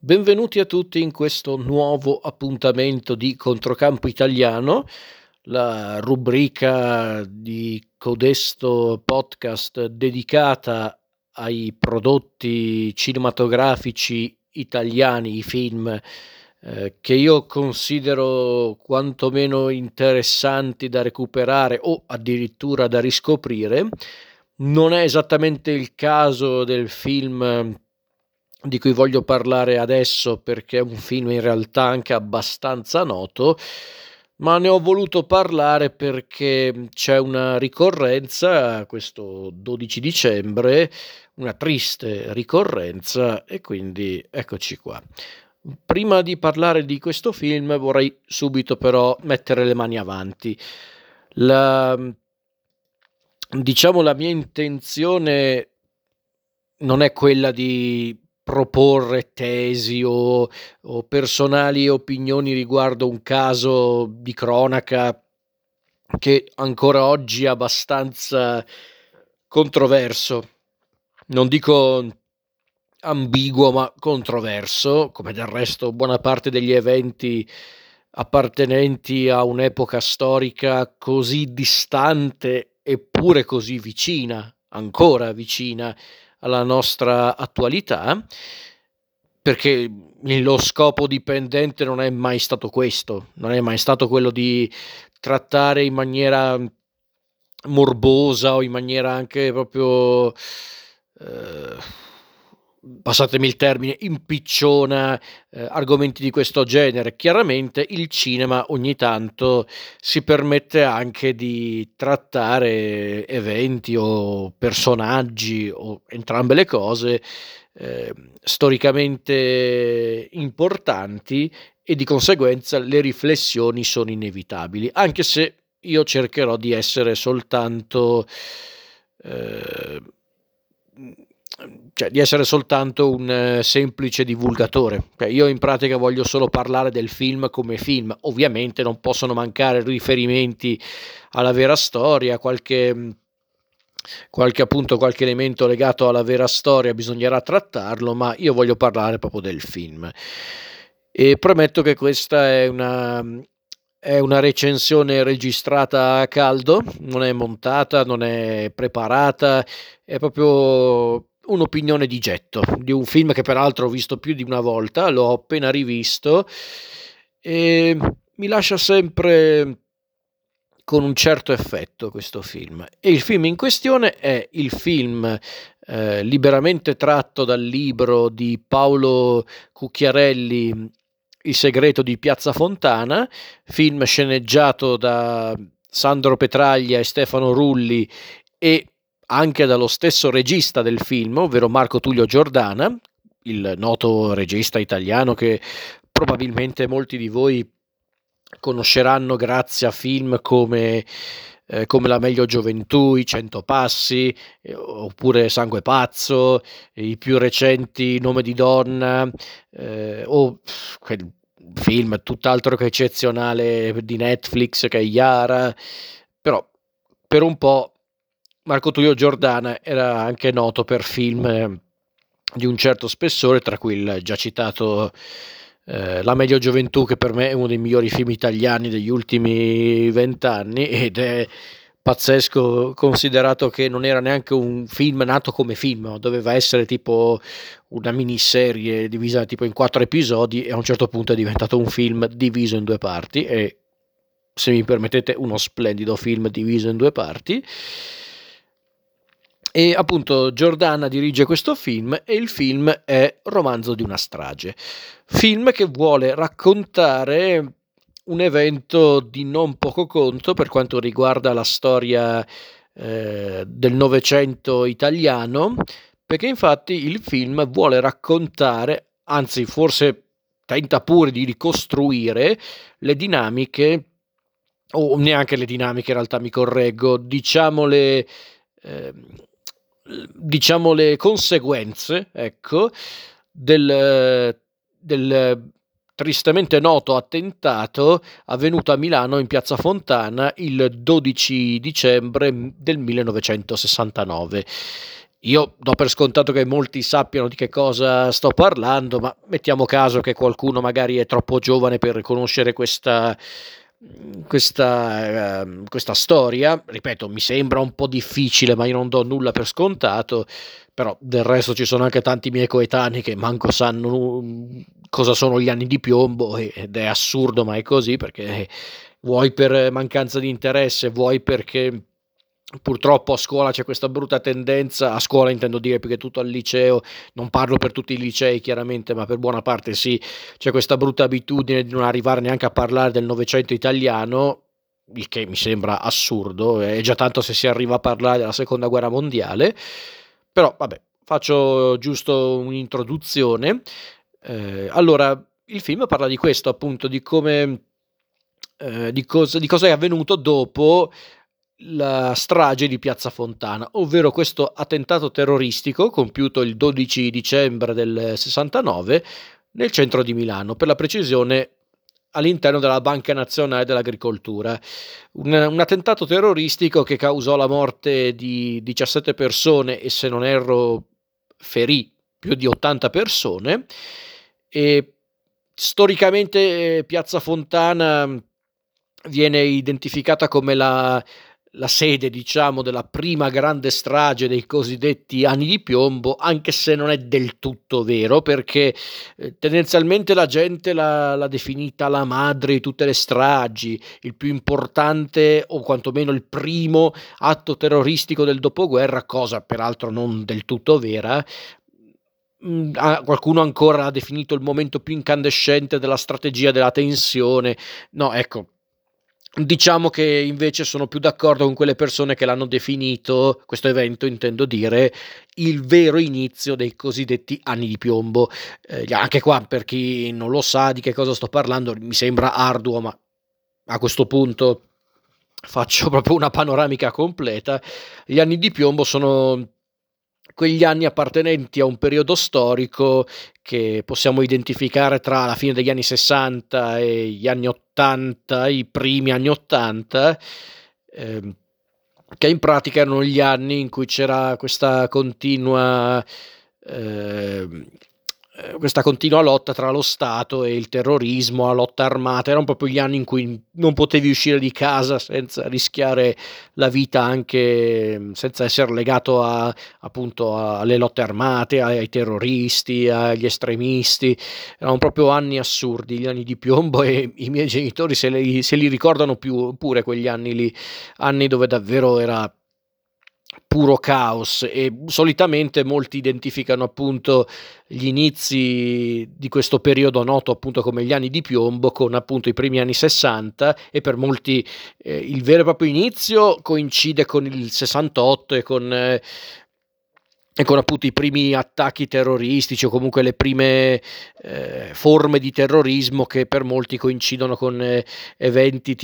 Benvenuti a tutti in questo nuovo appuntamento di Controcampo Italiano, la rubrica di codesto podcast dedicata ai prodotti cinematografici italiani, i film che io considero quantomeno interessanti da recuperare o addirittura da riscoprire. Non è esattamente il caso del film di cui voglio parlare adesso, perché è un film in realtà anche abbastanza noto, ma ne ho voluto parlare perché c'è una ricorrenza questo 12 dicembre, una triste ricorrenza, e quindi eccoci qua. Prima di parlare di questo film vorrei subito però mettere le mani avanti. La mia intenzione non è quella di proporre tesi o personali opinioni riguardo un caso di cronaca che ancora oggi è abbastanza controverso. Non dico ambiguo, ma controverso, come del resto buona parte degli eventi appartenenti a un'epoca storica così distante eppure così vicina, ancora vicina alla nostra attualità, perché lo scopo dipendente non è mai stato questo, non è mai stato quello di trattare in maniera morbosa o in maniera anche proprio passatemi il termine, impicciona argomenti di questo genere. Chiaramente il cinema ogni tanto si permette anche di trattare eventi o personaggi o entrambe le cose storicamente importanti, e di conseguenza le riflessioni sono inevitabili, anche se io cercherò di essere soltanto di essere soltanto un semplice divulgatore. Io in pratica voglio solo parlare del film come film. Ovviamente non possono mancare riferimenti alla vera storia, qualche elemento legato alla vera storia bisognerà trattarlo, ma io voglio parlare proprio del film. E prometto che questa è una recensione registrata a caldo, non è montata, non è preparata, è proprio un'opinione di getto di un film che peraltro ho visto più di una volta, l'ho appena rivisto e mi lascia sempre con un certo effetto questo film. E il film in questione è il film liberamente tratto dal libro di Paolo Cucchiarelli, Il segreto di Piazza Fontana, film sceneggiato da Sandro Petraglia e Stefano Rulli e anche dallo stesso regista del film, ovvero Marco Tullio Giordana, il noto regista italiano che probabilmente molti di voi conosceranno grazie a film come La meglio gioventù, I 100 passi, oppure Sangue pazzo, i più recenti Nome di donna, o quel film tutt'altro che eccezionale di Netflix che è Yara. Però per un po' Marco Tullio Giordana era anche noto per film di un certo spessore, tra cui il già citato La meglio gioventù, che per me è uno dei migliori film italiani degli ultimi 20 anni, ed è pazzesco considerato che non era neanche un film nato come film, doveva essere tipo una miniserie divisa tipo in 4 episodi, e a un certo punto è diventato un film diviso in 2 parti, e se mi permettete uno splendido film diviso in 2 parti. E appunto Giordana dirige questo film, e il film è Romanzo di una strage, film che vuole raccontare un evento di non poco conto per quanto riguarda la storia del Novecento italiano, perché infatti il film vuole raccontare, anzi forse tenta pure di ricostruire le dinamiche, o neanche le dinamiche, in realtà mi correggo, diciamo le conseguenze, ecco, del tristemente noto attentato avvenuto a Milano in Piazza Fontana il 12 dicembre del 1969. Io do per scontato che molti sappiano di che cosa sto parlando, ma mettiamo caso che qualcuno magari è troppo giovane per conoscere questa storia. Ripeto, mi sembra un po' difficile, ma io non do nulla per scontato, però del resto ci sono anche tanti miei coetanei che manco sanno cosa sono gli anni di piombo, ed è assurdo, ma è così, perché vuoi per mancanza di interesse, vuoi perché purtroppo a scuola c'è questa brutta tendenza, a scuola intendo dire, perché tutto al liceo, non parlo per tutti i licei chiaramente, ma per buona parte sì, c'è questa brutta abitudine di non arrivare neanche a parlare del Novecento italiano, il che mi sembra assurdo, è già tanto se si arriva a parlare della seconda guerra mondiale, però vabbè, faccio giusto un'introduzione. Allora, il film parla di questo, appunto, di come, di cosa è avvenuto dopo la strage di Piazza Fontana, ovvero questo attentato terroristico compiuto il 12 dicembre del 69 nel centro di Milano, per la precisione all'interno della Banca Nazionale dell'Agricoltura. Un attentato terroristico che causò la morte di 17 persone e, se non erro, ferì più di 80 persone. E storicamente Piazza Fontana viene identificata come la sede, diciamo, della prima grande strage dei cosiddetti anni di piombo, anche se non è del tutto vero, perché tendenzialmente la gente l'ha definita la madre di tutte le stragi, il più importante, o quantomeno il primo atto terroristico del dopoguerra, cosa peraltro non del tutto vera. Qualcuno ancora l'ha definito il momento più incandescente della strategia della tensione. No, ecco, diciamo che invece sono più d'accordo con quelle persone che l'hanno definito, questo evento intendo dire, il vero inizio dei cosiddetti anni di piombo. Anche qua, per chi non lo sa di che cosa sto parlando, mi sembra arduo, ma a questo punto faccio proprio una panoramica completa. Gli anni di piombo sono quegli anni appartenenti a un periodo storico che possiamo identificare tra la fine degli anni '60 e gli anni '80, i primi anni '80, ehm, che in pratica erano gli anni in cui c'era ehm, questa continua lotta tra lo Stato e il terrorismo, la lotta armata. Erano proprio gli anni in cui non potevi uscire di casa senza rischiare la vita, anche senza essere legato appunto alle lotte armate, ai terroristi, agli estremisti. Erano proprio anni assurdi, gli anni di piombo, e i miei genitori se li ricordano pure quegli anni lì, anni dove davvero era puro caos, e solitamente molti identificano appunto gli inizi di questo periodo noto appunto come gli anni di piombo con appunto i primi anni '60, e per molti il vero e proprio inizio coincide con il '68 e con appunto i primi attacchi terroristici, o comunque le prime forme di terrorismo, che per molti coincidono con eventi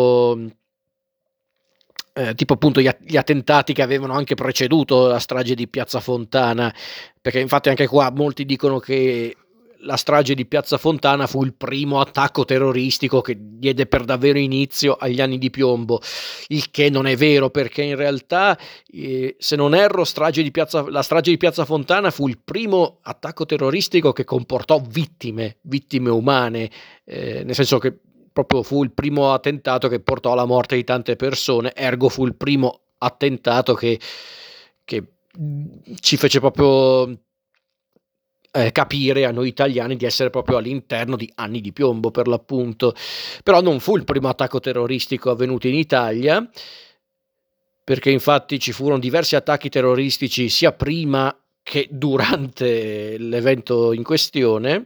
tipo appunto gli attentati che avevano anche preceduto la strage di Piazza Fontana, perché infatti anche qua molti dicono che la strage di Piazza Fontana fu il primo attacco terroristico che diede per davvero inizio agli anni di piombo, il che non è vero, perché in realtà, se non erro, la strage di Piazza Fontana fu il primo attacco terroristico che comportò vittime umane, nel senso che proprio fu il primo attentato che portò alla morte di tante persone, ergo fu il primo attentato che ci fece proprio capire a noi italiani di essere proprio all'interno di anni di piombo, per l'appunto. Però non fu il primo attacco terroristico avvenuto in Italia, perché infatti ci furono diversi attacchi terroristici sia prima che durante l'evento in questione.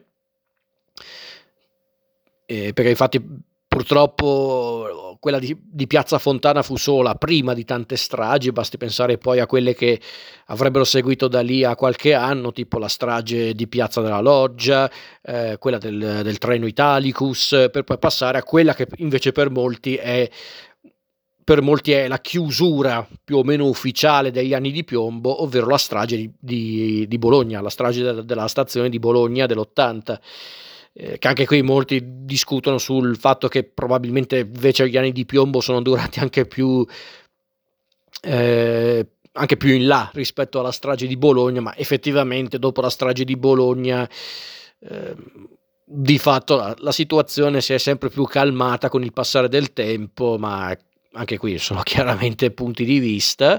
Perché infatti purtroppo quella di Piazza Fontana fu solo la prima di tante stragi, basti pensare poi a quelle che avrebbero seguito da lì a qualche anno, tipo la strage di Piazza della Loggia, quella del treno Italicus, per poi passare a quella che invece per molti è la chiusura più o meno ufficiale degli anni di piombo, ovvero la strage di Bologna, la strage della stazione di Bologna dell'80. Che anche qui molti discutono sul fatto che probabilmente invece gli anni di piombo sono durati anche più anche più in là rispetto alla strage di Bologna, ma effettivamente dopo la strage di Bologna di fatto la situazione si è sempre più calmata con il passare del tempo, ma anche qui sono chiaramente punti di vista.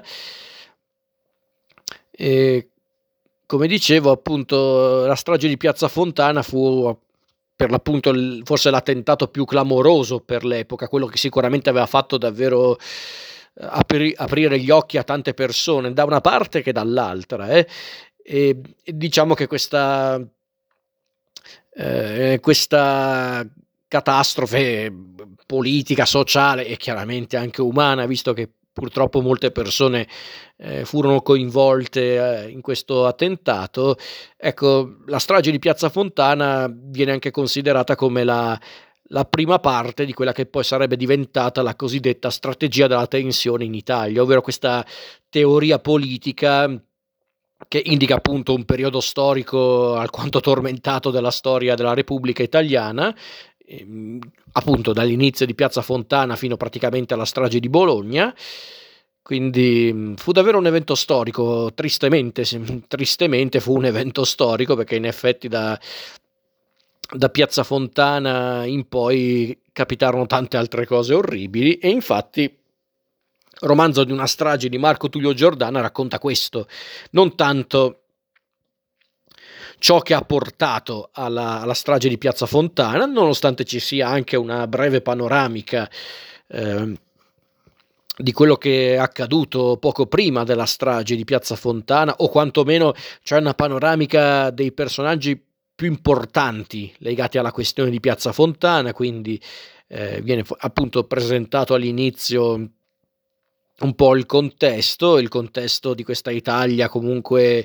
E come dicevo, appunto, la strage di Piazza Fontana fu per l'appunto forse l'attentato più clamoroso per l'epoca, quello che sicuramente aveva fatto davvero aprire gli occhi a tante persone, da una parte che dall'altra. E diciamo che questa catastrofe politica, sociale e chiaramente anche umana, visto che purtroppo molte persone furono coinvolte in questo attentato. Ecco, la strage di Piazza Fontana viene anche considerata come la prima parte di quella che poi sarebbe diventata la cosiddetta strategia della tensione in Italia, ovvero questa teoria politica che indica appunto un periodo storico alquanto tormentato della storia della Repubblica Italiana, appunto dall'inizio di Piazza Fontana fino praticamente alla strage di Bologna. Quindi fu davvero un evento storico, tristemente fu un evento storico, perché in effetti da Piazza Fontana in poi capitarono tante altre cose orribili, e infatti Romanzo di una strage di Marco Tullio Giordana racconta questo, non tanto ciò che ha portato alla strage di Piazza Fontana, nonostante ci sia anche una breve panoramica di quello che è accaduto poco prima della strage di Piazza Fontana, o quantomeno c'è una panoramica dei personaggi più importanti legati alla questione di Piazza Fontana, quindi viene appunto presentato all'inizio un po' il contesto di questa Italia comunque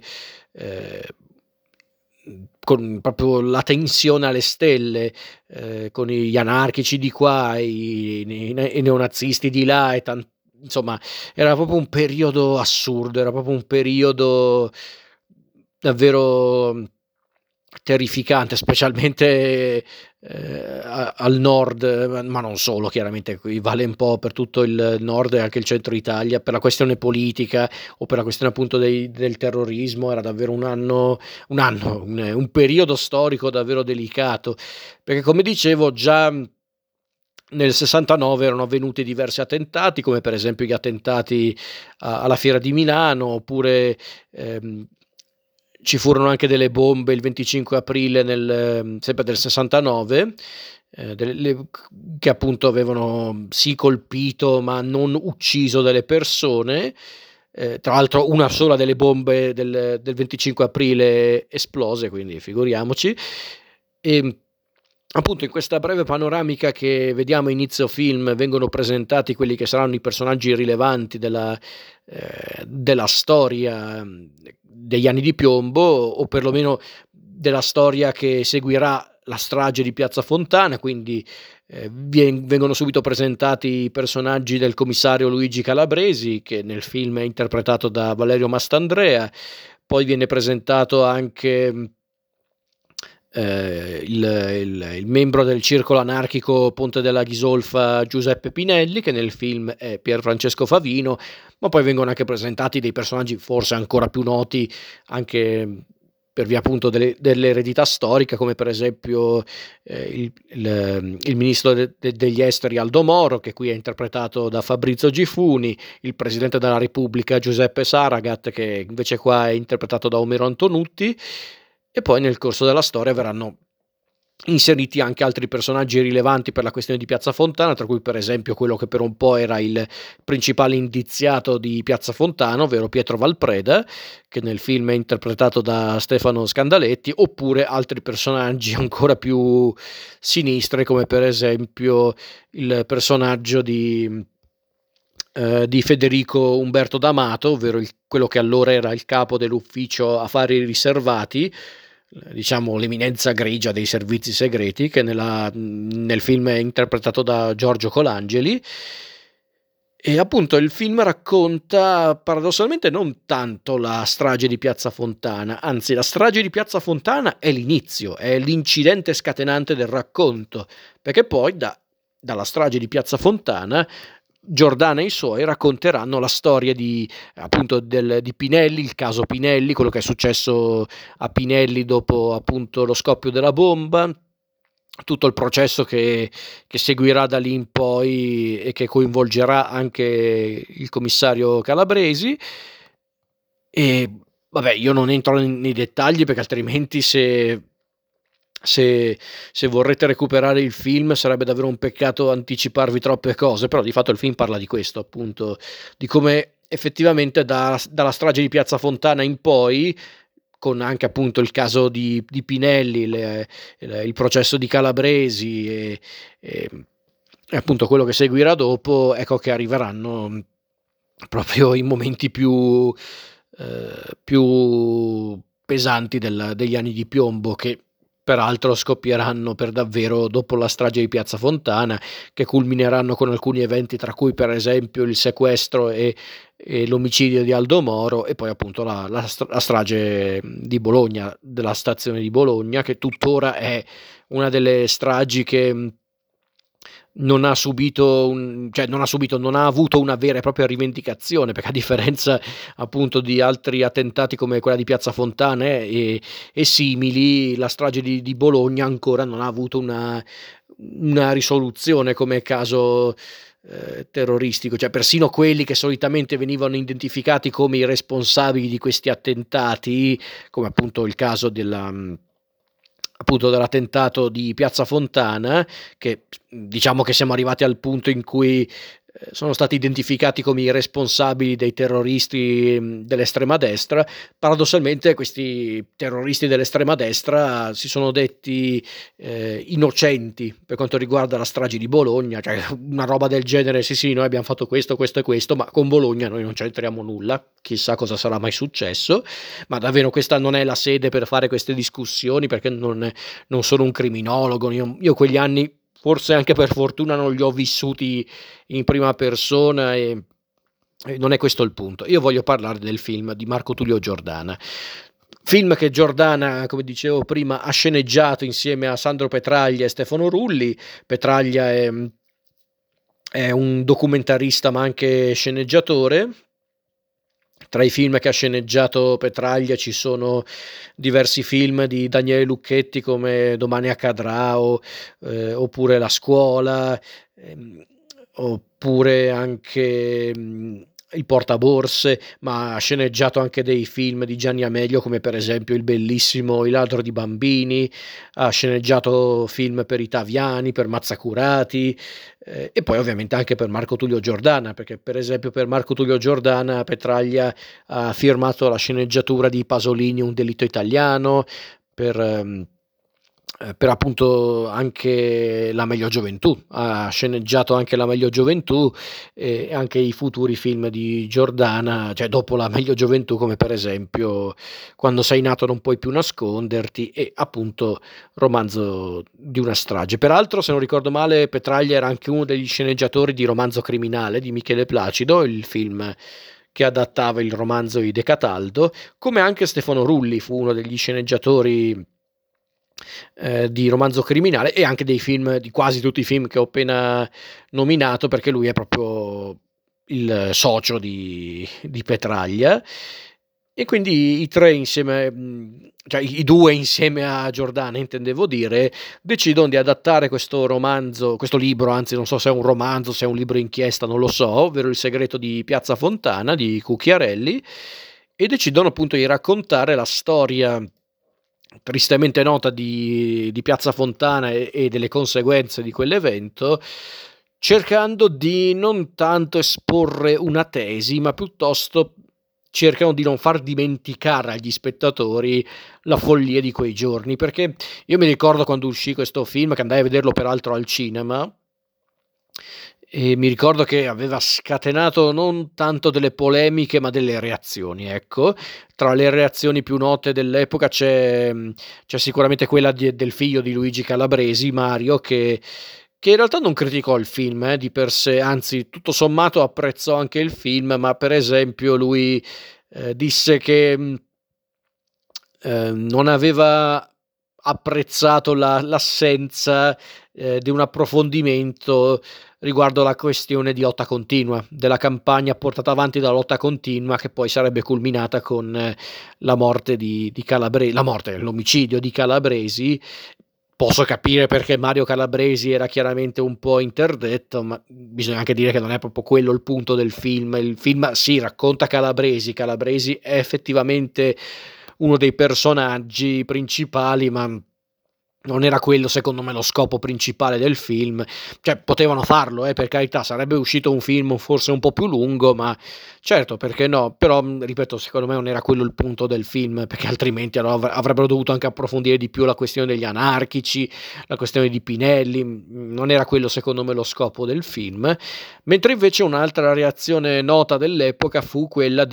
con proprio la tensione alle stelle, con gli anarchici di qua, i neonazisti di là, insomma, era proprio un periodo assurdo, era proprio un periodo davvero terrificante, specialmente al nord, ma non solo, chiaramente qui vale un po' per tutto il nord e anche il centro Italia, per la questione politica o per la questione appunto del terrorismo. Era davvero un periodo storico davvero delicato, perché come dicevo già nel 69 erano avvenuti diversi attentati, come per esempio gli attentati alla Fiera di Milano, oppure ci furono anche delle bombe il 25 aprile sempre del 69, che appunto avevano sì colpito ma non ucciso delle persone. Tra l'altro una sola delle bombe del 25 aprile esplose, quindi figuriamoci. E appunto in questa breve panoramica che vediamo inizio film vengono presentati quelli che saranno i personaggi rilevanti della storia degli anni di piombo, o perlomeno della storia che seguirà la strage di Piazza Fontana. Quindi vengono subito presentati i personaggi del commissario Luigi Calabresi, che nel film è interpretato da Valerio Mastandrea. Poi viene presentato anche il membro del circolo anarchico Ponte della Ghisolfa Giuseppe Pinelli, che nel film è Pier Francesco Favino, ma poi vengono anche presentati dei personaggi forse ancora più noti anche per via appunto dell'eredità storica, come per esempio il ministro degli esteri Aldo Moro, che qui è interpretato da Fabrizio Gifuni, il presidente della Repubblica Giuseppe Saragat, che invece qua è interpretato da Omero Antonutti. E poi nel corso della storia verranno inseriti anche altri personaggi rilevanti per la questione di Piazza Fontana, tra cui per esempio quello che per un po' era il principale indiziato di Piazza Fontana, ovvero Pietro Valpreda, che nel film è interpretato da Stefano Scandaletti, oppure altri personaggi ancora più sinistri, come per esempio il personaggio di Federico Umberto D'Amato, ovvero quello che allora era il capo dell'ufficio affari riservati, diciamo l'eminenza grigia dei servizi segreti, che nel film è interpretato da Giorgio Colangeli. E appunto il film racconta paradossalmente non tanto la strage di Piazza Fontana, anzi la strage di Piazza Fontana è l'inizio, è l'incidente scatenante del racconto, perché poi dalla strage di Piazza Fontana Giordana e i suoi racconteranno la storia di appunto di Pinelli, il caso Pinelli, quello che è successo a Pinelli dopo appunto lo scoppio della bomba, tutto il processo che seguirà da lì in poi e che coinvolgerà anche il commissario Calabresi. E vabbè, io non entro nei dettagli perché altrimenti se se vorrete recuperare il film sarebbe davvero un peccato anticiparvi troppe cose, però di fatto il film parla di questo, appunto, di come effettivamente dalla strage di Piazza Fontana in poi, con anche appunto il caso di Pinelli, il processo di Calabresi e e appunto quello che seguirà dopo, ecco che arriveranno proprio i momenti più pesanti degli anni di piombo, che peraltro scoppieranno per davvero dopo la strage di Piazza Fontana, che culmineranno con alcuni eventi tra cui per esempio il sequestro e l'omicidio di Aldo Moro e poi appunto la strage di Bologna, della stazione di Bologna, che tuttora è una delle stragi che non ha subito non ha avuto una vera e propria rivendicazione, perché a differenza appunto di altri attentati come quella di Piazza Fontana e simili, la strage di Bologna ancora non ha avuto una risoluzione come caso terroristico, cioè persino quelli che solitamente venivano identificati come i responsabili di questi attentati, come appunto il caso appunto dell'attentato di Piazza Fontana, che diciamo che siamo arrivati al punto in cui sono stati identificati come i responsabili dei terroristi dell'estrema destra. Paradossalmente questi terroristi dell'estrema destra si sono detti innocenti per quanto riguarda la strage di Bologna, cioè una roba del genere, sì sì, noi abbiamo fatto questo, questo e questo, ma con Bologna noi non c'entriamo nulla, chissà cosa sarà mai successo, ma davvero questa non è la sede per fare queste discussioni, perché non sono un criminologo, io quegli anni forse anche per fortuna non li ho vissuti in prima persona e non è questo il punto. Io voglio parlare del film di Marco Tullio Giordana. Film che Giordana, come dicevo prima, ha sceneggiato insieme a Sandro Petraglia e Stefano Rulli. Petraglia è un documentarista ma anche sceneggiatore. Tra i film che ha sceneggiato Petraglia ci sono diversi film di Daniele Lucchetti come Domani accadrà oppure La scuola, oppure anche Il portaborse, ma ha sceneggiato anche dei film di Gianni Amelio come per esempio il bellissimo Il ladro di bambini, ha sceneggiato film per Itaviani, per Mazzacurati, e poi ovviamente anche per Marco Tullio Giordana, perché per esempio per Marco Tullio Giordana Petraglia ha firmato la sceneggiatura di Pasolini, Un delitto italiano, per appunto anche La meglio gioventù, ha sceneggiato anche La meglio gioventù e anche i futuri film di Giordana, cioè dopo La meglio gioventù, come per esempio Quando sei nato non puoi più nasconderti e appunto Romanzo di una strage. Peraltro, se non ricordo male, Petraglia era anche uno degli sceneggiatori di Romanzo criminale di Michele Placido, il film che adattava il romanzo di De Cataldo, come anche Stefano Rulli fu uno degli sceneggiatori di Romanzo criminale e anche dei film, di quasi tutti i film che ho appena nominato, perché lui è proprio il socio di Petraglia. E quindi i tre insieme, cioè i due insieme a Giordana intendevo dire, decidono di adattare questo romanzo, questo libro, anzi non so se è un romanzo, se è un libro inchiesta, non lo so, ovvero Il segreto di Piazza Fontana di Cucchiarelli, e decidono appunto di raccontare la storia tristemente nota di Piazza Fontana e delle conseguenze di quell'evento, cercando di non tanto esporre una tesi, ma piuttosto cercano di non far dimenticare agli spettatori la follia di quei giorni, perché io mi ricordo quando uscì questo film, che andai a vederlo peraltro al cinema, e mi ricordo che aveva scatenato non tanto delle polemiche, ma delle reazioni, ecco. Tra le reazioni più note dell'epoca c'è sicuramente quella del figlio di Luigi Calabresi, Mario, che in realtà non criticò il film di per sé, anzi tutto sommato apprezzò anche il film, ma per esempio lui disse che non aveva apprezzato l'assenza di un approfondimento riguardo la questione di lotta continua, della campagna portata avanti dalla lotta continua, che poi sarebbe culminata con la morte di l'omicidio di Calabresi. Posso capire perché Mario Calabresi era chiaramente un po' interdetto, ma bisogna anche dire che non è proprio quello il punto del film. Il film sì, racconta Calabresi, Calabresi è effettivamente uno dei personaggi principali, ma non era quello secondo me lo scopo principale del film. Cioè potevano farlo, per carità, sarebbe uscito un film forse un po' più lungo, ma certo, perché no, però ripeto, secondo me non era quello il punto del film, perché altrimenti allora avrebbero dovuto anche approfondire di più la questione degli anarchici, la questione di Pinelli. Non era quello secondo me lo scopo del film, mentre invece un'altra reazione nota dell'epoca fu quella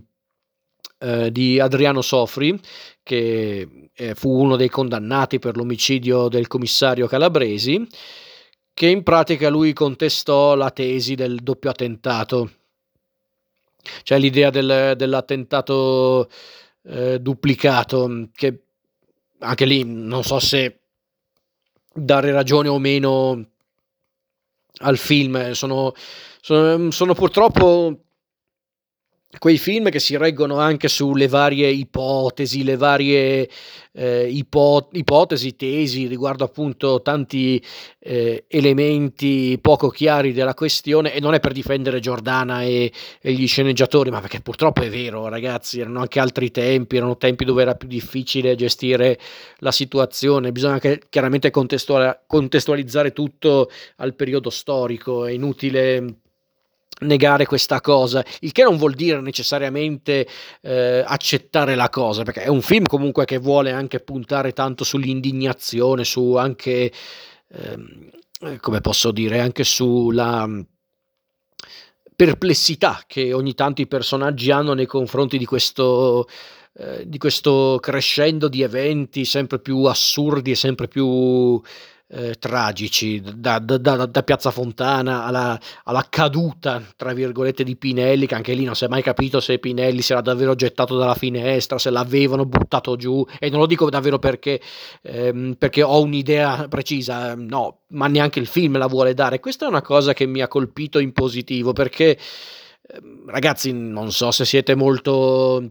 di Adriano Sofri, che fu uno dei condannati per l'omicidio del commissario Calabresi, che in pratica lui contestò la tesi del doppio attentato, cioè l'idea dell'attentato duplicato, che anche lì non so se dare ragione o meno al film. Sono purtroppo quei film che si reggono anche sulle varie ipotesi, le varie ipotesi, tesi riguardo appunto tanti elementi poco chiari della questione, e non è per difendere Giordana e gli sceneggiatori, ma perché purtroppo è vero, ragazzi, erano anche altri tempi, erano tempi dove era più difficile gestire la situazione. Bisogna anche chiaramente contestualizzare tutto al periodo storico, è inutile negare questa cosa, il che non vuol dire necessariamente accettare la cosa, perché è un film comunque che vuole anche puntare tanto sull'indignazione, su anche come posso dire, anche sulla perplessità che ogni tanto i personaggi hanno nei confronti di questo crescendo di eventi sempre più assurdi e sempre più tragici, da Piazza Fontana alla caduta, tra virgolette, di Pinelli, che anche lì non si è mai capito se Pinelli si era davvero gettato dalla finestra, se l'avevano buttato giù, e non lo dico davvero perché ho un'idea precisa, no, ma neanche il film la vuole dare. Questa è una cosa che mi ha colpito in positivo, perché ragazzi, non so se siete molto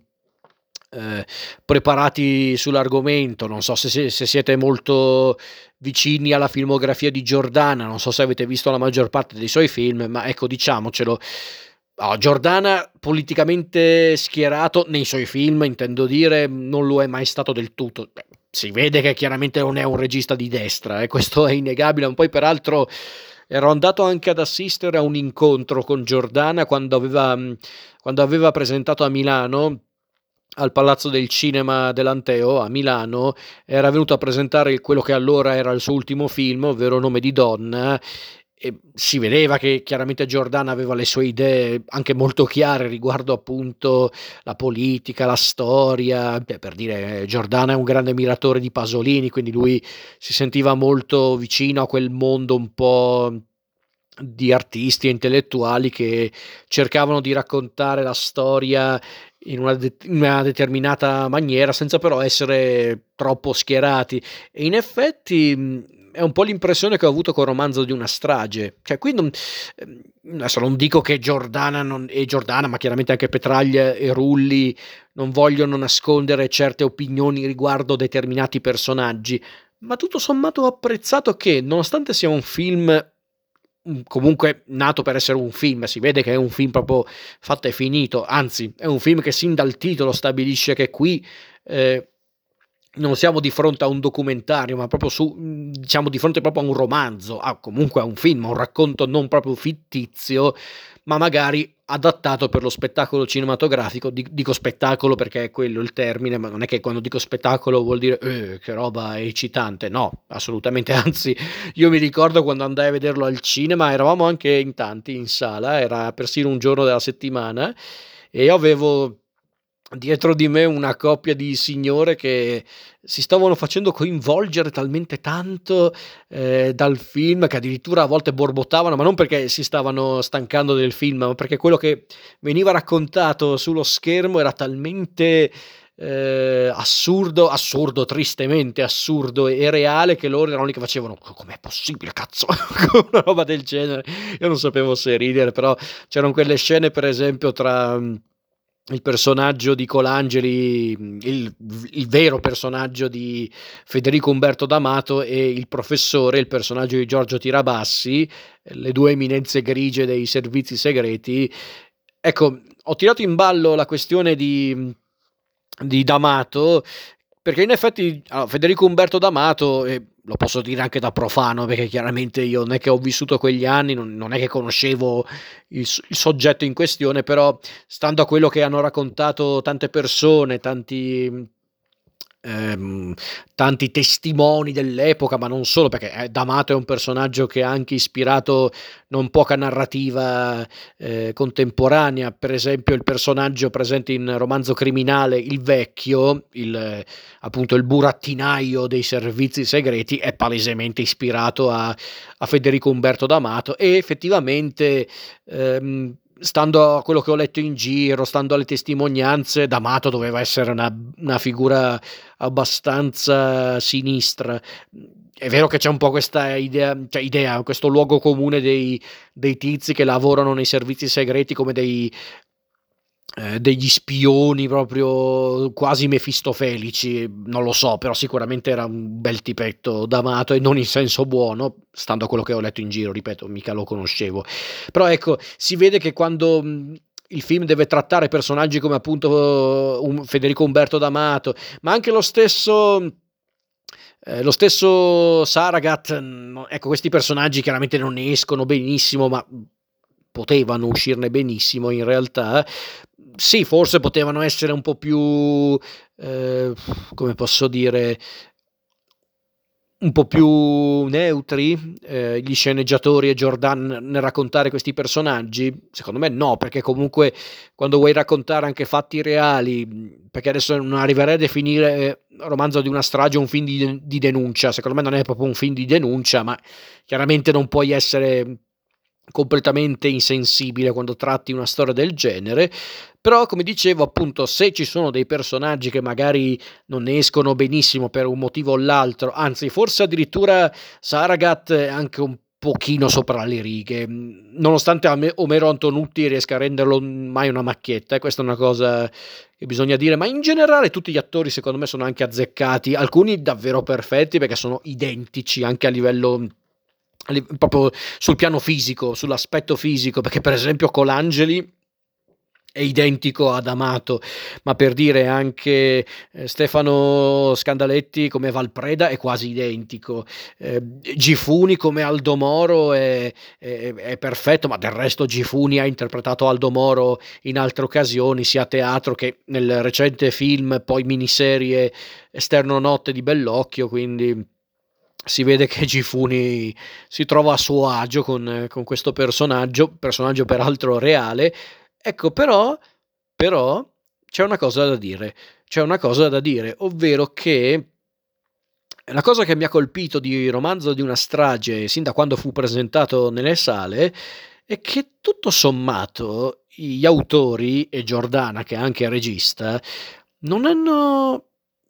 preparati sull'argomento, non so se siete molto vicini alla filmografia di Giordana, non so se avete visto la maggior parte dei suoi film, ma ecco, diciamocelo, Giordana politicamente schierato nei suoi film, intendo dire, non lo è mai stato del tutto. Beh, si vede che chiaramente non è un regista di destra, questo è innegabile. Poi peraltro ero andato anche ad assistere a un incontro con Giordana quando aveva presentato a Milano, al Palazzo del Cinema dell'Anteo a Milano. Era venuto a presentare quello che allora era il suo ultimo film, ovvero Nome di donna, e si vedeva che chiaramente Giordana aveva le sue idee anche molto chiare riguardo appunto la politica, la storia. Per dire, Giordana è un grande ammiratore di Pasolini, quindi lui si sentiva molto vicino a quel mondo un po' di artisti e intellettuali che cercavano di raccontare la storia in una determinata maniera, senza però essere troppo schierati. E in effetti è un po' l'impressione che ho avuto col Romanzo di una strage. Cioè, qui adesso non dico che Giordana, ma chiaramente anche Petraglia e Rulli non vogliono nascondere certe opinioni riguardo determinati personaggi, ma tutto sommato ho apprezzato che, nonostante sia un film comunque nato per essere un film, si vede che è un film proprio fatto e finito, anzi è un film che sin dal titolo stabilisce che qui non siamo di fronte a un documentario, ma proprio diciamo di fronte proprio a un romanzo, comunque a un film, a un racconto non proprio fittizio, ma magari adattato per lo spettacolo cinematografico. Dico spettacolo perché è quello il termine, ma non è che quando dico spettacolo vuol dire che roba eccitante, no, assolutamente, anzi io mi ricordo quando andai a vederlo al cinema, eravamo anche in tanti in sala, era persino un giorno della settimana, e io avevo dietro di me una coppia di signore che si stavano facendo coinvolgere talmente tanto dal film, che addirittura a volte borbottavano, ma non perché si stavano stancando del film, ma perché quello che veniva raccontato sullo schermo era talmente assurdo, tristemente assurdo e reale, che loro erano lì che facevano: "Com'è possibile, cazzo?" Una roba del genere. Io non sapevo se ridere, però c'eran quelle scene, per esempio, tra, il personaggio di Colangeli, il vero personaggio di Federico Umberto D'Amato, e il professore, il personaggio di Giorgio Tirabassi, le 2 eminenze grigie dei servizi segreti. Ecco, ho tirato in ballo la questione di D'Amato, perché in effetti Federico Umberto D'Amato, e lo posso dire anche da profano, perché chiaramente io non è che ho vissuto quegli anni, non è che conoscevo il soggetto in questione, però stando a quello che hanno raccontato tante persone, ehm, tanti testimoni dell'epoca, ma non solo, perché D'Amato è un personaggio che ha anche ispirato non poca narrativa contemporanea. Per esempio il personaggio presente in Romanzo Criminale, il vecchio, appunto il burattinaio dei servizi segreti, è palesemente ispirato a Federico Umberto D'Amato, e effettivamente, stando a quello che ho letto in giro, stando alle testimonianze, D'Amato doveva essere una figura abbastanza sinistra. È vero che c'è un po' questa idea, questo luogo comune dei tizi che lavorano nei servizi segreti come degli spioni proprio quasi mefistofelici, non lo so, però sicuramente era un bel tipetto D'Amato, e non in senso buono, stando a quello che ho letto in giro, ripeto, mica lo conoscevo. Però ecco, si vede che quando il film deve trattare personaggi come appunto Federico Umberto D'Amato, ma anche lo stesso Saragat, ecco, questi personaggi chiaramente non ne escono benissimo, ma potevano uscirne benissimo in realtà. Sì, forse potevano essere un po' più, come posso dire, un po' più neutri, gli sceneggiatori e Jordan nel raccontare questi personaggi? Secondo me no, perché comunque quando vuoi raccontare anche fatti reali, perché adesso non arriverei a definire Romanzo di una strage un film di denuncia, secondo me non è proprio un film di denuncia, ma chiaramente non puoi essere completamente insensibile quando tratti una storia del genere. Però, come dicevo, appunto, se ci sono dei personaggi che magari non ne escono benissimo per un motivo o l'altro, anzi forse addirittura Saragat è anche un pochino sopra le righe, nonostante Omero Antonutti riesca a renderlo mai una macchietta, e questa è una cosa che bisogna dire, ma in generale tutti gli attori secondo me sono anche azzeccati, alcuni davvero perfetti perché sono identici anche a livello proprio sul piano fisico, sull'aspetto fisico, perché per esempio Colangeli è identico ad Amato, ma per dire anche Stefano Scandaletti come Valpreda è quasi identico, Gifuni come Aldo Moro è perfetto, ma del resto Gifuni ha interpretato Aldo Moro in altre occasioni, sia a teatro che nel recente film, poi miniserie Esterno Notte di Bellocchio, quindi si vede che Gifuni si trova a suo agio con questo personaggio peraltro reale. Ecco, però c'è una cosa da dire, ovvero che la cosa che mi ha colpito di Romanzo di una strage sin da quando fu presentato nelle sale è che tutto sommato gli autori e Giordana, che è anche regista, non hanno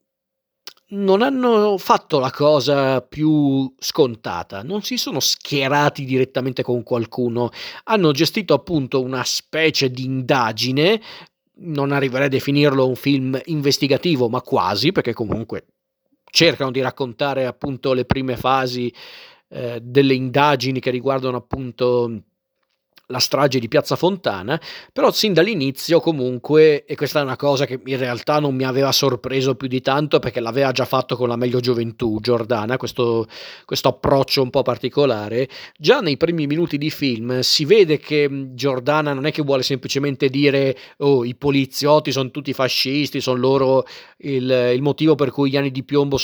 non hanno fatto la cosa più scontata, non si sono schierati direttamente con qualcuno, hanno gestito appunto una specie di indagine, non arriverei a definirlo un film investigativo, ma quasi, perché comunque cercano di raccontare appunto le prime fasi, delle indagini che riguardano appunto la strage di Piazza Fontana, però sin dall'inizio comunque, e questa è una cosa che in realtà non mi aveva sorpreso più di tanto perché l'aveva già fatto con La meglio gioventù Giordana, questo approccio un po' particolare, già nei primi minuti di film si vede che Giordana non è che vuole semplicemente dire: "Oh, i poliziotti son tutti fascisti, son loro il motivo per cui gli anni di piombo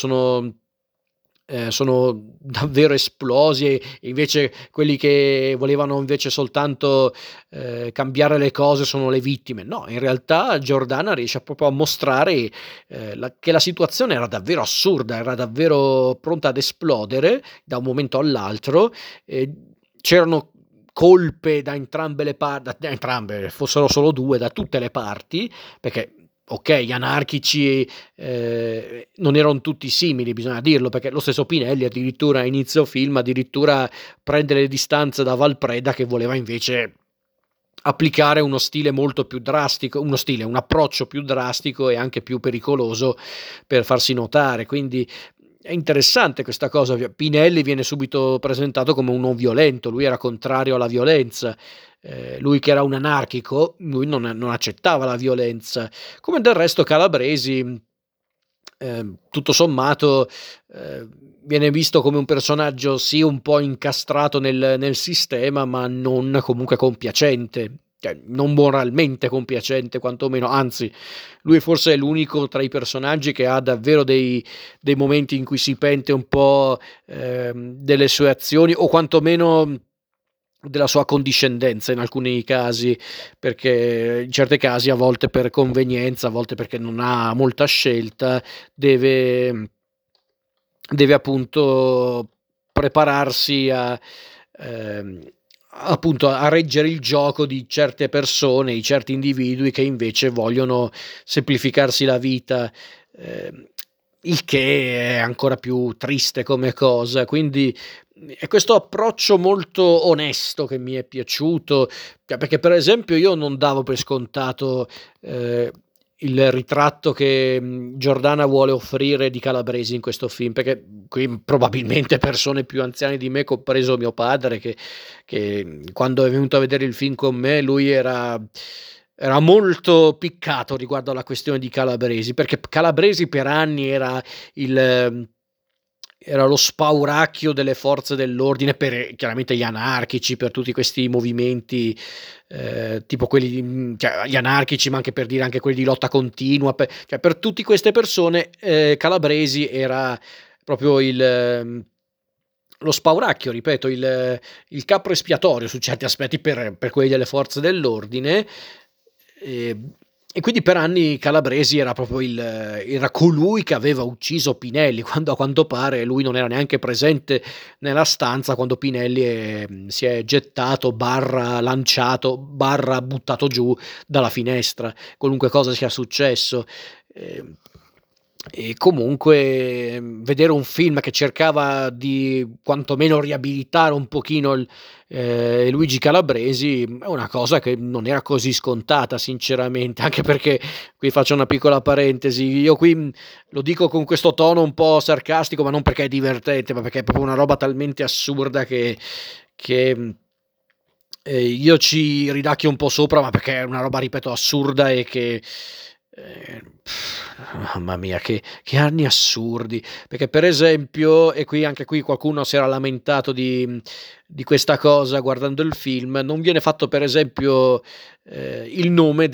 sono davvero esplosi, e invece quelli che volevano invece soltanto, cambiare le cose sono le vittime." No, in realtà Giordana riesce proprio a mostrare, che la situazione era davvero assurda, era davvero pronta ad esplodere da un momento all'altro, c'erano colpe da entrambe le da entrambe, fossero solo 2, da tutte le parti, perché gli anarchici, non eran tutti simili, bisogna dirlo, perché lo stesso Pinelli addirittura a inizio film, addirittura prende le distanze da Valpreda che voleva invece applicare uno stile molto più drastico, un approccio più drastico e anche più pericoloso per farsi notare. Quindi è interessante questa cosa. Pinelli viene subito presentato come un non violento, lui era contrario alla violenza. Lui che era un anarchico, lui non accettava la violenza, come del resto Calabresi, tutto sommato, viene visto come un personaggio sì un po' incastrato nel sistema, ma non comunque compiacente, cioè non moralmente compiacente quantomeno, anzi lui forse è l'unico tra i personaggi che ha davvero dei momenti in cui si pente un po', delle sue azioni o quantomeno della sua condiscendenza in alcuni casi, perché in certi casi, a volte per convenienza, a volte perché non ha molta scelta, deve appunto prepararsi appunto a reggere il gioco di certe persone, di certi individui che invece vogliono semplificarsi la vita, ehm, il che è ancora più triste come cosa. Quindi è questo approccio molto onesto che mi è piaciuto, cioè perché per esempio io non davo per scontato, ehm, il ritratto che, Giordana vuole offrire di Calabresi in questo film, perché qui probabilmente persone più anziane di me, compreso mio padre, che quando è venuto a vedere il film con me, lui era molto piccato riguardo alla questione di Calabresi, perché Calabresi per anni il era lo spauracchio delle forze dell'ordine per chiaramente gli anarchici, per tutti questi movimenti, tipo quelli cioè gli anarchici, ma anche per dire anche quelli di lotta continua, cioè per tutti queste persone, Calabresi era proprio lo spauracchio, ripeto, il capro espiatorio su certi aspetti per quelli delle forze dell'ordine, ehm, e quindi per anni Calabresi era colui che aveva ucciso Pinelli, quando a quanto pare lui non era neanche presente nella stanza quando Pinelli si è gettato, barra lanciato, barra buttato giù dalla finestra, qualunque cosa sia successo. Ehm e comunque, vedere un film che cercava di quantomeno riabilitare un pochino Luigi Calabresi, è una cosa che non era così scontata sinceramente, anche perché qui faccio una piccola parentesi, io qui, lo dico con questo tono un po' sarcastico, ma non perché è divertente, ma perché è proprio una roba talmente assurda che, io ci ridacchio un po' sopra, ma perché è una roba, ripeto, assurda e che, mamma mia, che anni assurdi. Perché per esempio, e qui anche qui qualcuno si era lamentato di questa cosa guardando il film, non viene fatto per esempio, il nome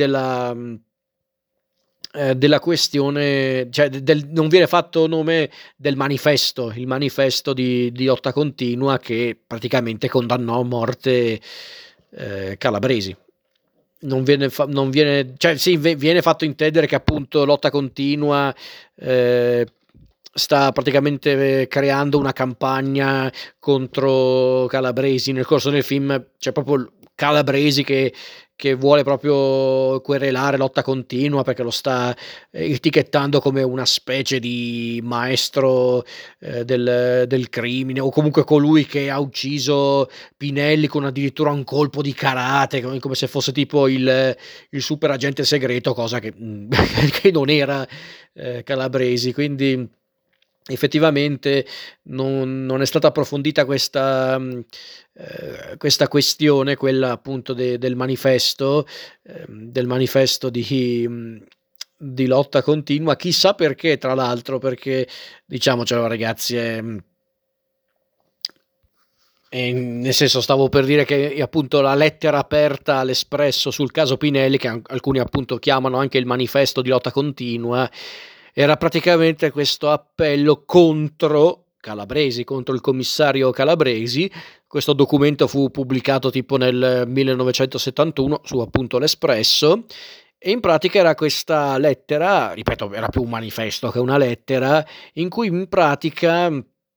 della questione, cioè non viene fatto nome del manifesto, il manifesto di lotta continua che praticamente condannò a morte, Calabresi. Non viene, cioè sì, viene fatto intendere che appunto lotta continua, ehm, sta praticamente creando una campagna contro Calabresi. Nel corso del film c'è proprio Calabresi che vuole proprio querelare lotta continua perché lo sta, etichettando come una specie di maestro, del crimine, o comunque colui che ha ucciso Pinelli con addirittura un colpo di karate, come se fosse tipo il super agente segreto, cosa che che non era, Calabresi. Quindi effettivamente non è stata approfondita questa questione, quella appunto del manifesto di lotta continua. Chissà perché, tra l'altro, perché diciamocelo ragazzi, nel senso, stavo per dire che, appunto, la lettera aperta all'Espresso sul caso Pinelli, che alcuni appunto chiamano anche il manifesto di lotta continua, era praticamente questo appello contro Calabresi, contro il commissario Calabresi. Questo documento fu pubblicato tipo nel 1971 su appunto l'Espresso, e in pratica era questa lettera, ripeto, era più un manifesto che una lettera, in cui in pratica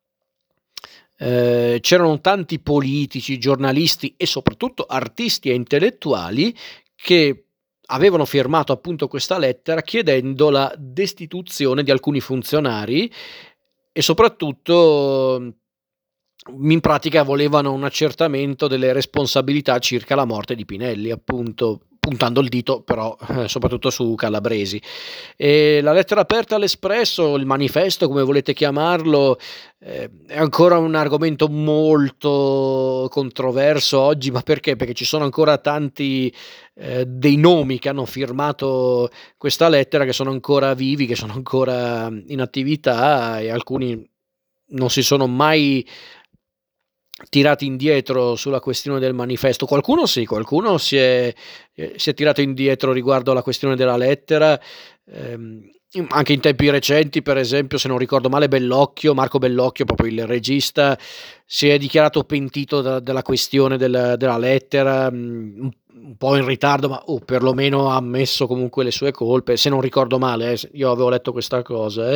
c'erano tanti politici, giornalisti e soprattutto artisti e intellettuali che avevano firmato appunto questa lettera chiedendo la destituzione di alcuni funzionari e soprattutto in pratica volevano un accertamento delle responsabilità circa la morte di Pinelli, appunto, puntando il dito però soprattutto su Calabresi. La lettera aperta all'Espresso, il manifesto, come volete chiamarlo, è ancora un argomento molto controverso oggi, ma perché? Perché ci sono ancora tanti dei nomi che hanno firmato questa lettera che sono ancora vivi, che sono ancora in attività e alcuni non si sono mai tirati indietro sulla questione del manifesto. Qualcuno sì, qualcuno si è tirato indietro riguardo alla questione della lettera, anche in tempi recenti, per esempio, se non ricordo male, Marco Bellocchio, proprio il regista, si è dichiarato pentito della questione della lettera, un po' in ritardo, ma perlomeno ha ammesso comunque le sue colpe, se non ricordo male, io avevo letto questa cosa.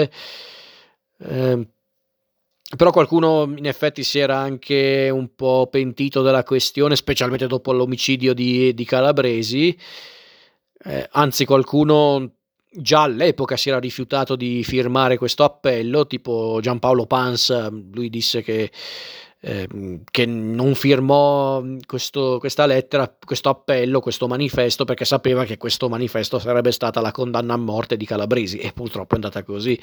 Però qualcuno in effetti si era anche un po' pentito della questione, specialmente dopo l'omicidio di Calabresi, anzi qualcuno già all'epoca si era rifiutato di firmare questo appello, tipo Giampaolo Pansa, lui disse che non firmò questa lettera, questo appello, questo manifesto, perché sapeva che questo manifesto sarebbe stata la condanna a morte di Calabresi, e purtroppo è andata così.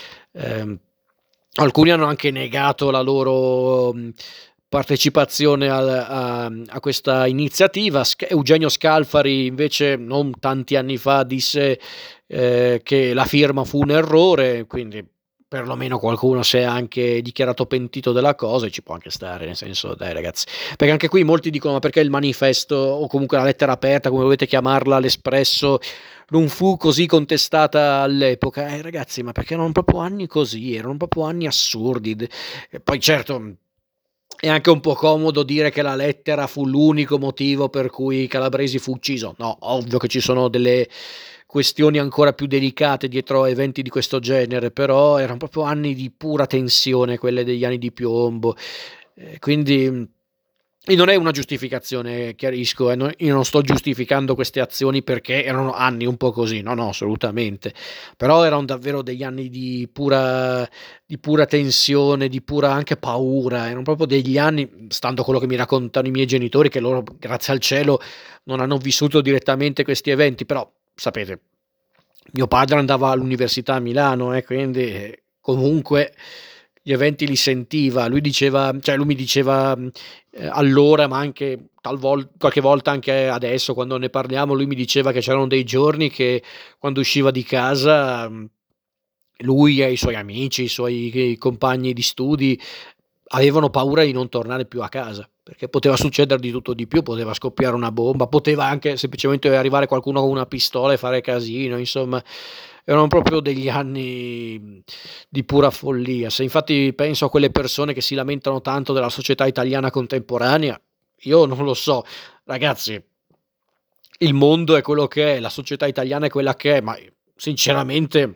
Alcuni hanno anche negato la loro partecipazione a questa iniziativa. Eugenio Scalfari invece non tanti anni fa disse che la firma fu un errore, quindi perlomeno qualcuno si è anche dichiarato pentito della cosa, e ci può anche stare, nel senso, dai ragazzi, perché anche qui molti dicono: ma perché il manifesto, o comunque la lettera aperta, come volete chiamarla, l'Espresso, non fu così contestata all'epoca? Ragazzi, ma perché erano proprio anni così, erano proprio anni assurdi. E poi certo è anche un po' comodo dire che la lettera fu l'unico motivo per cui Calabresi fu ucciso. No, ovvio che ci sono delle questioni ancora più delicate dietro a eventi di questo genere, però erano proprio anni di pura tensione, quelle degli anni di piombo. Quindi e non è una giustificazione, chiarisco, io non sto giustificando queste azioni perché erano anni un po' così, no, assolutamente, però erano davvero degli anni di pura tensione, di pura anche paura, erano proprio degli anni, stando a quello che mi raccontano i miei genitori, che loro, grazie al cielo, non hanno vissuto direttamente questi eventi, però sapete, mio padre andava all'università a Milano, quindi comunque gli eventi li sentiva. Lui mi diceva allora, ma anche qualche volta anche adesso quando ne parliamo, lui mi diceva che c'erano dei giorni che quando usciva di casa, lui e i suoi amici, i suoi compagni di studi avevano paura di non tornare più a casa, perché poteva succedere di tutto di più, poteva scoppiare una bomba, poteva anche semplicemente arrivare qualcuno con una pistola e fare casino, insomma erano proprio degli anni di pura follia. Se infatti penso a quelle persone che si lamentano tanto della società italiana contemporanea, io non lo so, ragazzi, il mondo è quello che è, la società italiana è quella che è, ma sinceramente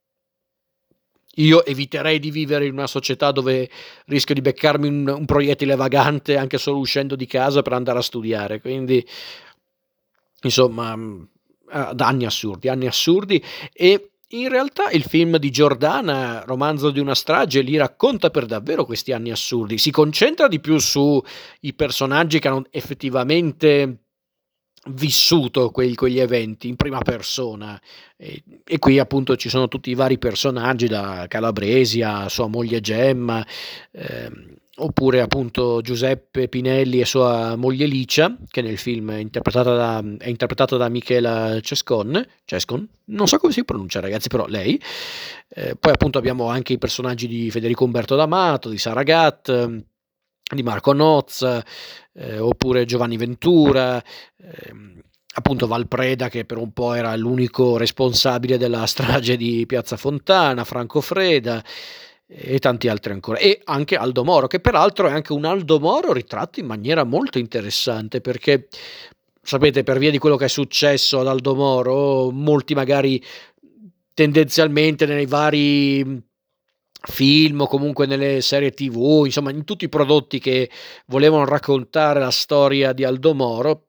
io eviterei di vivere in una società dove rischio di beccarmi un proiettile vagante anche solo uscendo di casa per andare a studiare, quindi insomma, anni assurdi. E in realtà il film di Giordana, Romanzo di una strage, li racconta per davvero questi anni assurdi. Si concentra di più sui personaggi che hanno effettivamente vissuto quegli eventi in prima persona, e qui appunto ci sono tutti i vari personaggi, da Calabresi a sua moglie Gemma, oppure appunto Giuseppe Pinelli e sua moglie Licia, che nel film è interpretata da Michela Cescon, non so come si pronuncia ragazzi, però lei. Poi appunto abbiamo anche i personaggi di Federico Umberto D'Amato, di Sara Gatt, di Marco Nozza, oppure Giovanni Ventura, appunto Valpreda, che per un po' era l'unico responsabile della strage di Piazza Fontana, Franco Freda e tanti altri ancora, e anche Aldo Moro, che peraltro è anche un Aldo Moro ritratto in maniera molto interessante, perché sapete, per via di quello che è successo ad Aldo Moro, molti magari tendenzialmente nei vari film o comunque nelle serie TV, insomma in tutti i prodotti che volevano raccontare la storia di Aldo Moro,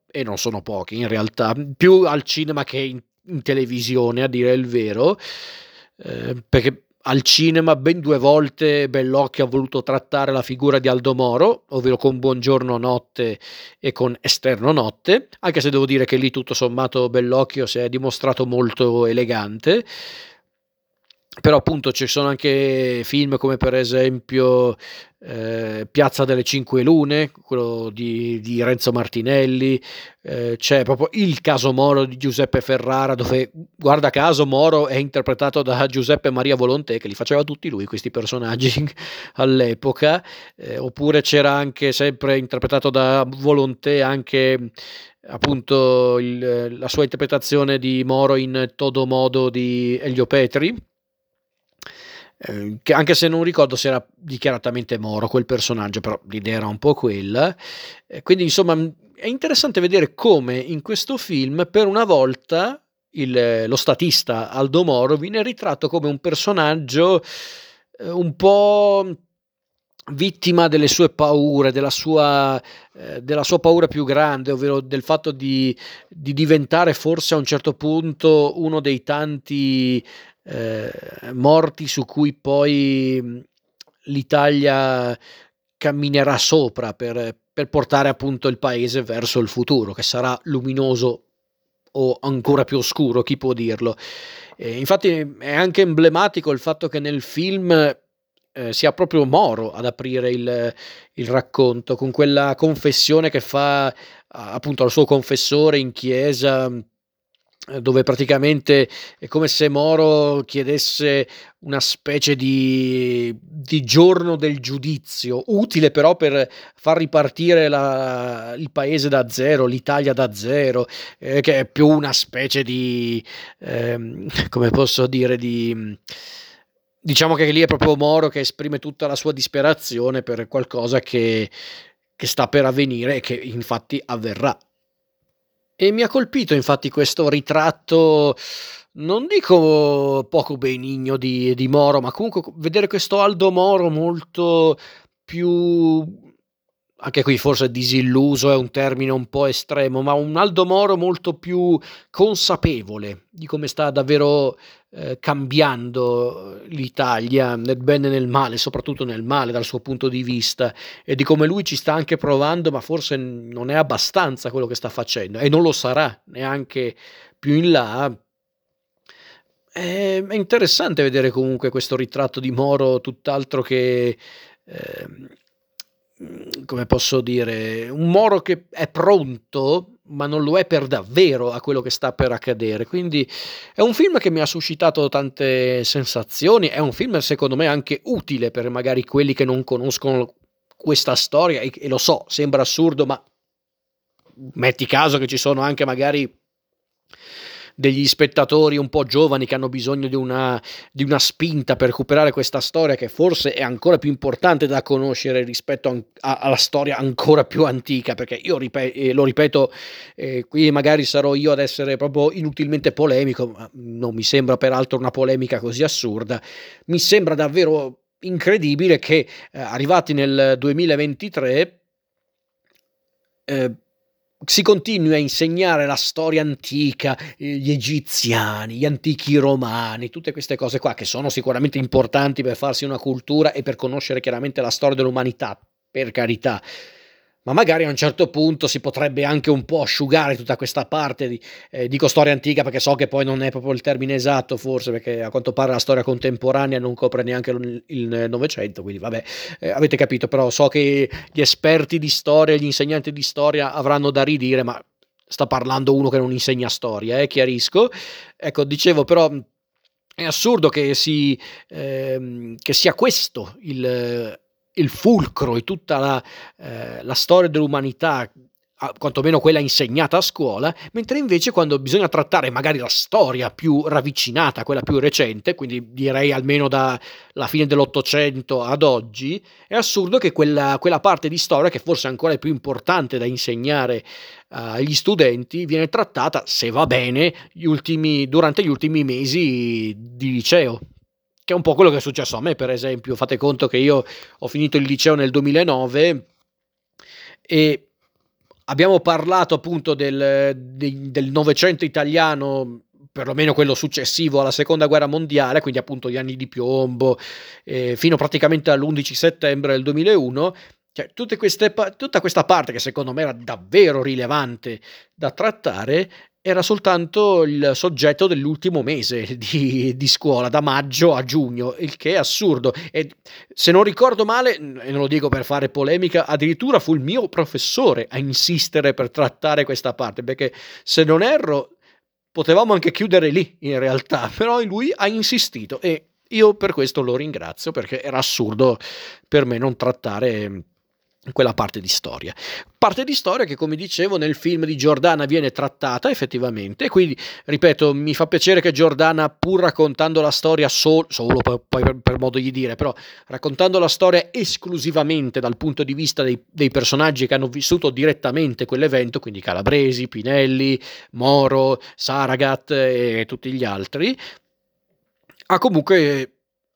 e non sono pochi in realtà, più al cinema che in televisione, a dire il vero, perché al cinema ben 2 volte Bellocchio ha voluto trattare la figura di Aldo Moro, ovvero con Buongiorno Notte e con Esterno Notte, anche se devo dire che lì tutto sommato Bellocchio si è dimostrato molto elegante. Però appunto ci sono anche film come per esempio Piazza delle Cinque Lune, quello di Renzo Martinelli, c'è proprio Il caso Moro di Giuseppe Ferrara, dove guarda caso Moro è interpretato da Giuseppe Maria Volonté, che li faceva tutti lui questi personaggi all'epoca, oppure c'era anche sempre interpretato da Volonté anche appunto la sua interpretazione di Moro in Todo modo di Elio Petri, che anche se non ricordo se era dichiaratamente Moro quel personaggio, però l'idea era un po' quella. Quindi insomma è interessante vedere come in questo film per una volta lo statista Aldo Moro viene ritratto come un personaggio un po' vittima delle sue paure, della sua paura più grande, ovvero del fatto di diventare forse a un certo punto uno dei tanti morti su cui poi l'Italia camminerà sopra per portare appunto il paese verso il futuro, che sarà luminoso o ancora più oscuro, chi può dirlo. Infatti è anche emblematico il fatto che nel film sia proprio Moro ad aprire il racconto, con quella confessione che fa appunto al suo confessore in chiesa, dove praticamente è come se Moro chiedesse una specie di giorno del giudizio, utile però per far ripartire il paese da zero, l'Italia da zero, che è più una specie di, come posso dire, diciamo che lì è proprio Moro che esprime tutta la sua disperazione per qualcosa che sta per avvenire e che infatti avverrà. E mi ha colpito infatti questo ritratto, non dico poco benigno di Moro, ma comunque vedere questo Aldo Moro molto più, anche qui forse disilluso è un termine un po' estremo, ma un Aldo Moro molto più consapevole di come sta davvero cambiando l'Italia nel bene e nel male, soprattutto nel male dal suo punto di vista, e di come lui ci sta anche provando, ma forse non è abbastanza quello che sta facendo e non lo sarà neanche più in là. È interessante vedere comunque questo ritratto di Moro tutt'altro che, come posso dire, un Moro che è pronto, ma non lo è per davvero a quello che sta per accadere. Quindi è un film che mi ha suscitato tante sensazioni, è un film secondo me anche utile per magari quelli che non conoscono questa storia e lo so, sembra assurdo, ma metti caso che ci sono anche magari degli spettatori un po' giovani che hanno bisogno di una spinta per recuperare questa storia, che forse è ancora più importante da conoscere rispetto alla storia ancora più antica, perché io lo ripeto, qui magari sarò io ad essere proprio inutilmente polemico, ma non mi sembra peraltro una polemica così assurda. Mi sembra davvero incredibile che arrivati nel 2023 eh, si continui a insegnare la storia antica, gli egiziani, gli antichi romani, tutte queste cose qua che sono sicuramente importanti per farsi una cultura e per conoscere chiaramente la storia dell'umanità, per carità. Ma magari a un certo punto si potrebbe anche un po' asciugare tutta questa parte dico storia antica perché so che poi non è proprio il termine esatto forse, perché a quanto pare la storia contemporanea non copre neanche il Novecento, quindi vabbè, avete capito, però so che gli esperti di storia, gli insegnanti di storia avranno da ridire, ma sta parlando uno che non insegna storia, chiarisco. Ecco, dicevo però è assurdo che sia questo il fulcro di tutta la storia dell'umanità, quantomeno quella insegnata a scuola, mentre invece quando bisogna trattare magari la storia più ravvicinata, quella più recente, quindi direi almeno dalla fine dell'Ottocento ad oggi, è assurdo che quella parte di storia, che forse ancora è più importante da insegnare agli studenti, viene trattata, se va bene, durante gli ultimi mesi di liceo. Che è un po' quello che è successo a me, per esempio. Fate conto che io ho finito il liceo nel 2009 e abbiamo parlato appunto del Novecento italiano, perlomeno quello successivo alla seconda guerra mondiale, quindi appunto gli anni di piombo, fino praticamente all'11 settembre del 2001. Cioè, tutta questa parte che secondo me era davvero rilevante da trattare era soltanto il soggetto dell'ultimo mese di scuola, da maggio a giugno, il che è assurdo. E se non ricordo male, e non lo dico per fare polemica, addirittura fu il mio professore a insistere per trattare questa parte, perché se non erro potevamo anche chiudere lì in realtà, però lui ha insistito e io per questo lo ringrazio, perché era assurdo per me non trattare quella parte di storia. Parte di storia che, come dicevo, nel film di Giordana viene trattata effettivamente, e quindi, ripeto, mi fa piacere che Giordana, pur raccontando la storia solo per modo di dire, però raccontando la storia esclusivamente dal punto di vista dei personaggi che hanno vissuto direttamente quell'evento, quindi Calabresi, Pinelli, Moro, Saragat e tutti gli altri, ha comunque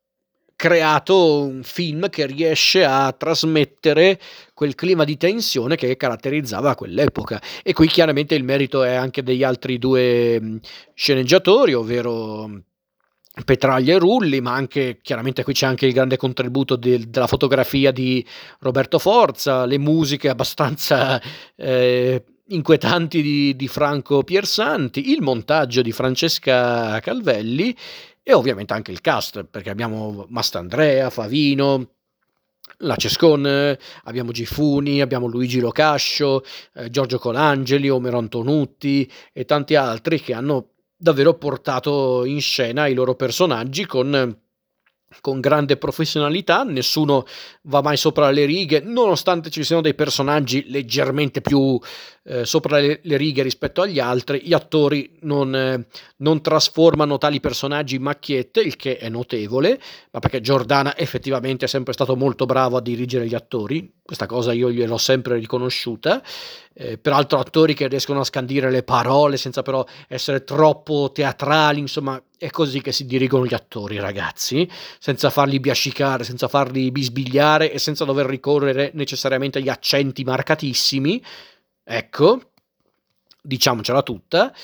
creato un film che riesce a trasmettere quel clima di tensione che caratterizzava quell'epoca. E qui chiaramente il merito è anche degli altri due sceneggiatori, ovvero Petraglia e Rulli, ma anche chiaramente qui c'è anche il grande contributo della fotografia di Roberto Forza, le musiche abbastanza inquietanti di Franco Piersanti, il montaggio di Francesca Calvelli e ovviamente anche il cast, perché abbiamo Mastandrea, Favino, la Cescon, abbiamo Gifuni, abbiamo Luigi Locascio, Giorgio Colangeli, Omero Antonutti e tanti altri che hanno davvero portato in scena i loro personaggi con grande professionalità. Nessuno va mai sopra le righe, nonostante ci siano dei personaggi leggermente più sopra le righe rispetto agli altri. Gli attori non trasformano tali personaggi in macchiette, il che è notevole, ma perché Giordana effettivamente è sempre stato molto bravo a dirigere gli attori, questa cosa io gliel'ho sempre riconosciuta. Peraltro attori che riescono a scandire le parole senza però essere troppo teatrali, insomma è così che si dirigono gli attori, ragazzi, senza farli biascicare, senza farli bisbigliare e senza dover ricorrere necessariamente agli accenti marcatissimi. Ecco, diciamocela tutta.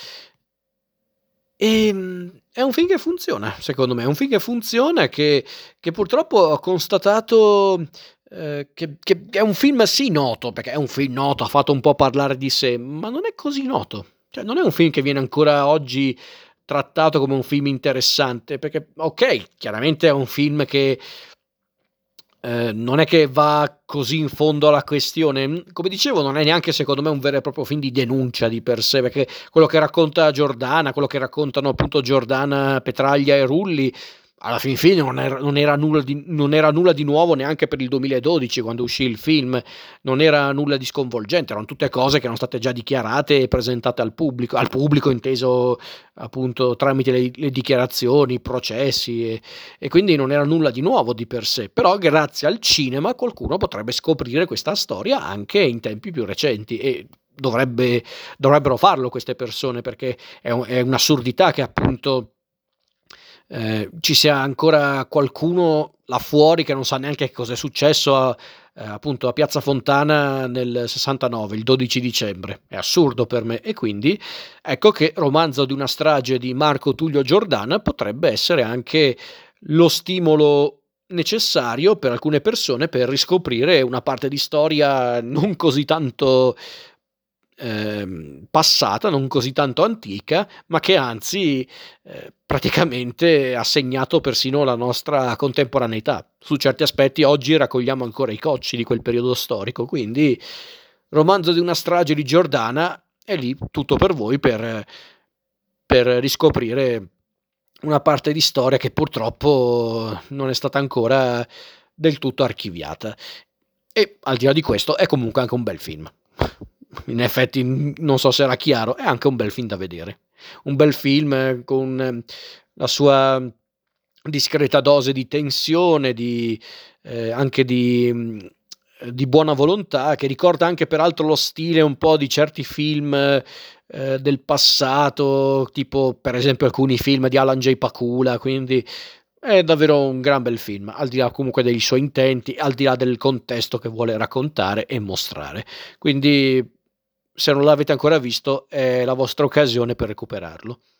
È un film che funziona, secondo me, è un film che funziona, che purtroppo ho constatato che è un film sì noto, perché è un film noto, ha fatto un po' parlare di sé, ma non è così noto. Cioè, non è un film che viene ancora oggi trattato come un film interessante, perché ok, chiaramente è un film che non è che va così in fondo alla questione. Come dicevo, non è neanche secondo me un vero e proprio film di denuncia di per sé, perché quello che racconta Giordana, quello che raccontano appunto Giordana, Petraglia e Rulli, alla fin fine non era nulla di nuovo neanche per il 2012 quando uscì il film, non era nulla di sconvolgente, erano tutte cose che erano state già dichiarate e presentate al pubblico inteso appunto tramite le dichiarazioni, i processi e quindi non era nulla di nuovo di per sé, però grazie al cinema qualcuno potrebbe scoprire questa storia anche in tempi più recenti e dovrebbero farlo queste persone, perché è un'assurdità che appunto ci sia ancora qualcuno là fuori che non sa neanche che cosa è successo appunto a Piazza Fontana nel 69, il 12 dicembre. È assurdo per me e quindi ecco che Romanzo di una strage di Marco Tullio Giordana potrebbe essere anche lo stimolo necessario per alcune persone per riscoprire una parte di storia non così tanto passata, non così tanto antica, ma che anzi praticamente ha segnato persino la nostra contemporaneità. Su certi aspetti oggi raccogliamo ancora i cocci di quel periodo storico, quindi Romanzo di una strage di Giordana è lì tutto per voi per riscoprire una parte di storia che purtroppo non è stata ancora del tutto archiviata. E al di là di questo è comunque anche un bel film. In effetti, non so se era chiaro, è anche un bel film da vedere. Un bel film con la sua discreta dose di tensione, anche di buona volontà, che ricorda anche peraltro lo stile un po' di certi film del passato, tipo per esempio alcuni film di Alan J. Pakula, quindi è davvero un gran bel film, al di là comunque dei suoi intenti, al di là del contesto che vuole raccontare e mostrare. Quindi se non l'avete ancora visto è la vostra occasione per recuperarlo.